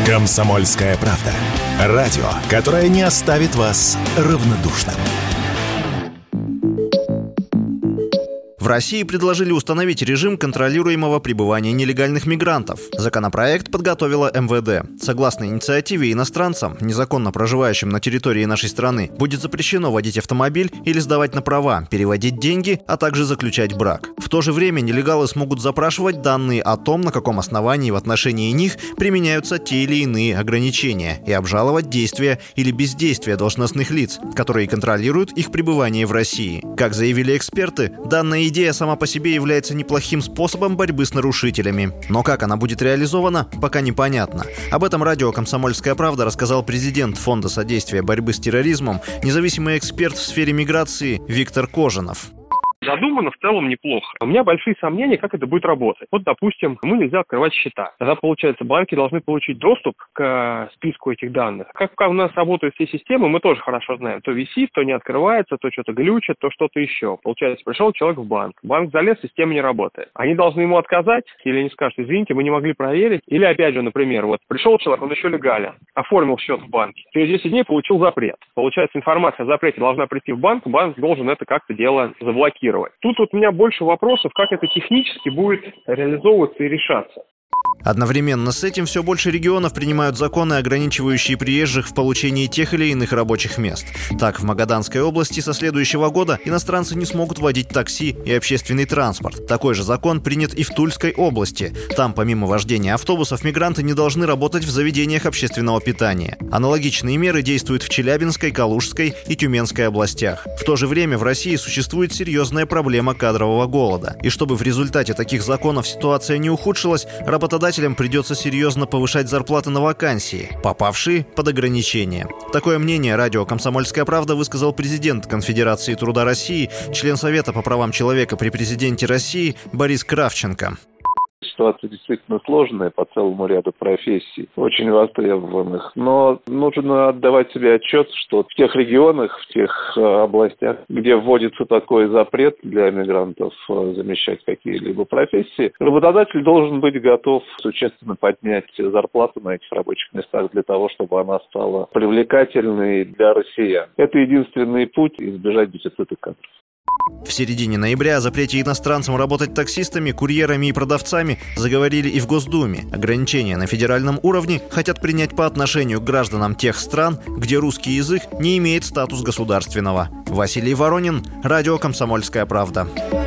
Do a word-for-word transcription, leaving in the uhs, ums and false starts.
«Комсомольская правда». Радио, которое не оставит вас равнодушным. В России предложили установить режим контролируемого пребывания нелегальных мигрантов. Законопроект подготовила эм вэ дэ. Согласно инициативе, иностранцам, незаконно проживающим на территории нашей страны, будет запрещено водить автомобиль или сдавать на права, переводить деньги, а также заключать брак. В то же время нелегалы смогут запрашивать данные о том, на каком основании в отношении них применяются те или иные ограничения, и обжаловать действия или бездействие должностных лиц, которые контролируют их пребывание в России. Как заявили эксперты, данная идея Идея сама по себе является неплохим способом борьбы с нарушителями. Но как она будет реализована, пока непонятно. Об этом радио «Комсомольская правда» рассказал президент Фонда содействия борьбы с терроризмом, независимый эксперт в сфере миграции Виктор Кожинов. Задумано в целом неплохо. У меня большие сомнения, как это будет работать. Вот, допустим, ему нельзя открывать счета. Тогда, получается, банки должны получить доступ к списку этих данных. Как у нас работают все системы, мы тоже хорошо знаем. То висит, то не открывается, то что-то глючит, то что-то еще. Получается, пришел человек в банк. Банк залез, система не работает. Они должны ему отказать или они скажут: извините, мы не могли проверить. Или, опять же, например, вот пришел человек, он еще легален, оформил счет в банке. Через десять дней получил запрет. Получается, информация о запрете должна прийти в банк, банк должен это как-то дело заблокировать. Тут вот у меня больше вопросов, как это технически будет реализовываться и решаться. Одновременно с этим все больше регионов принимают законы, ограничивающие приезжих в получении тех или иных рабочих мест. Так, в Магаданской области со следующего года иностранцы не смогут водить такси и общественный транспорт. Такой же закон принят и в Тульской области. Там, помимо вождения автобусов, мигранты не должны работать в заведениях общественного питания. Аналогичные меры действуют в Челябинской, Калужской и Тюменской областях. В то же время в России существует серьезная проблема кадрового голода. И чтобы в результате таких законов ситуация не ухудшилась, работодателям придется серьезно повышать зарплаты на вакансии, попавшие под ограничения. Такое мнение радио «Комсомольская правда» высказал президент Конфедерации труда России, член Совета по правам человека при президенте России Борис Кравченко. Ситуация действительно сложная по целому ряду профессий, очень востребованных. Но нужно отдавать себе отчет, что в тех регионах, в тех областях, где вводится такой запрет для мигрантов замещать какие-либо профессии, работодатель должен быть готов существенно поднять зарплату на этих рабочих местах для того, чтобы она стала привлекательной для россиян. Это единственный путь избежать дефицита кадров. В середине ноября о запрете иностранцам работать таксистами, курьерами и продавцами заговорили и в Госдуме. Ограничения на федеральном уровне хотят принять по отношению к гражданам тех стран, где русский язык не имеет статус государственного. Василий Воронин, радио «Комсомольская правда».